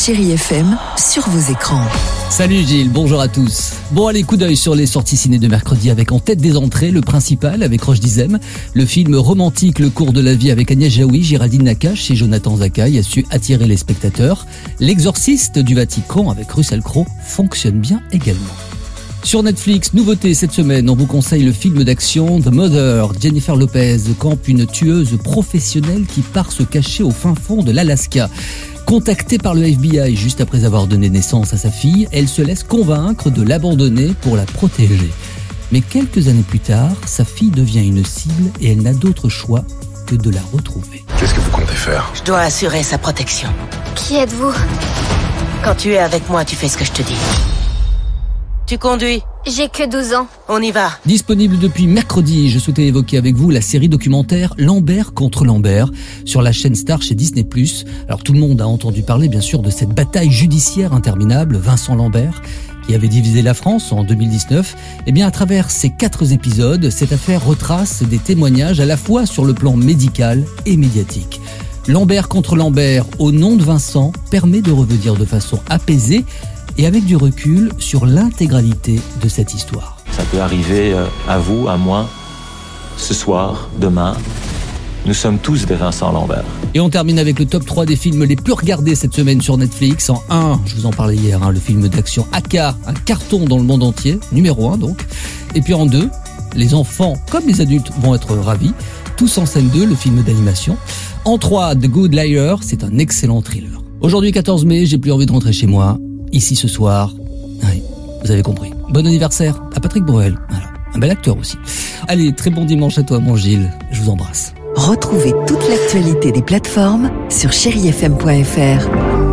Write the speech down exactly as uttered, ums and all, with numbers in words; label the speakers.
Speaker 1: Chérie F M sur vos écrans.
Speaker 2: Salut Gilles, bonjour à tous. Bon, allez, coup d'œil sur les sorties ciné de mercredi avec en tête des entrées Le Principal avec Roche Dizem. Le film romantique Le cours de la vie avec Agnès Jaoui, Géraldine Nakache et Jonathan Zakaï a su attirer les spectateurs. L'Exorciste du Vatican avec Russell Crowe fonctionne bien également. Sur Netflix, nouveauté cette semaine, on vous conseille le film d'action The Mother. Jennifer Lopez campe une tueuse professionnelle qui part se cacher au fin fond de l'Alaska. Contactée par le F B I juste après avoir donné naissance à sa fille, elle se laisse convaincre de l'abandonner pour la protéger. Mais quelques années plus tard, sa fille devient une cible et elle n'a d'autre choix que de la retrouver.
Speaker 3: Qu'est-ce que vous comptez faire ?
Speaker 4: Je dois assurer sa protection.
Speaker 5: Qui êtes-vous ?
Speaker 4: Quand tu es avec moi, tu fais ce que je te dis. Tu conduis ?
Speaker 5: J'ai que douze ans.
Speaker 4: On y va.
Speaker 2: Disponible depuis mercredi, je souhaitais évoquer avec vous la série documentaire Lambert contre Lambert sur la chaîne Star chez Disney plus. Alors tout le monde a entendu parler bien sûr de cette bataille judiciaire interminable, Vincent Lambert, qui avait divisé la France en deux mille dix-neuf. Et bien à travers ces quatre épisodes, cette affaire retrace des témoignages à la fois sur le plan médical et médiatique. Lambert contre Lambert, au nom de Vincent, permet de revenir de façon apaisée et avec du recul sur l'intégralité de cette histoire.
Speaker 6: Ça peut arriver à vous, à moi, ce soir, demain. Nous sommes tous des Vincent Lambert.
Speaker 2: Et on termine avec le top trois des films les plus regardés cette semaine sur Netflix. En un, je vous en parlais hier, hein, le film d'action Aka, un carton dans le monde entier, numéro un donc. Et puis en deux, les enfants comme les adultes vont être ravis. Tous en scène deux, le film d'animation. En trois, The Good Liar, c'est un excellent thriller. Aujourd'hui quatorze mai, j'ai plus envie de rentrer chez moi. Ici ce soir, oui, vous avez compris. Bon anniversaire à Patrick Bruel, voilà, un bel acteur aussi. Allez, très bon dimanche à toi mon Gilles, je vous embrasse.
Speaker 1: Retrouvez toute l'actualité des plateformes sur chéri f m point f r.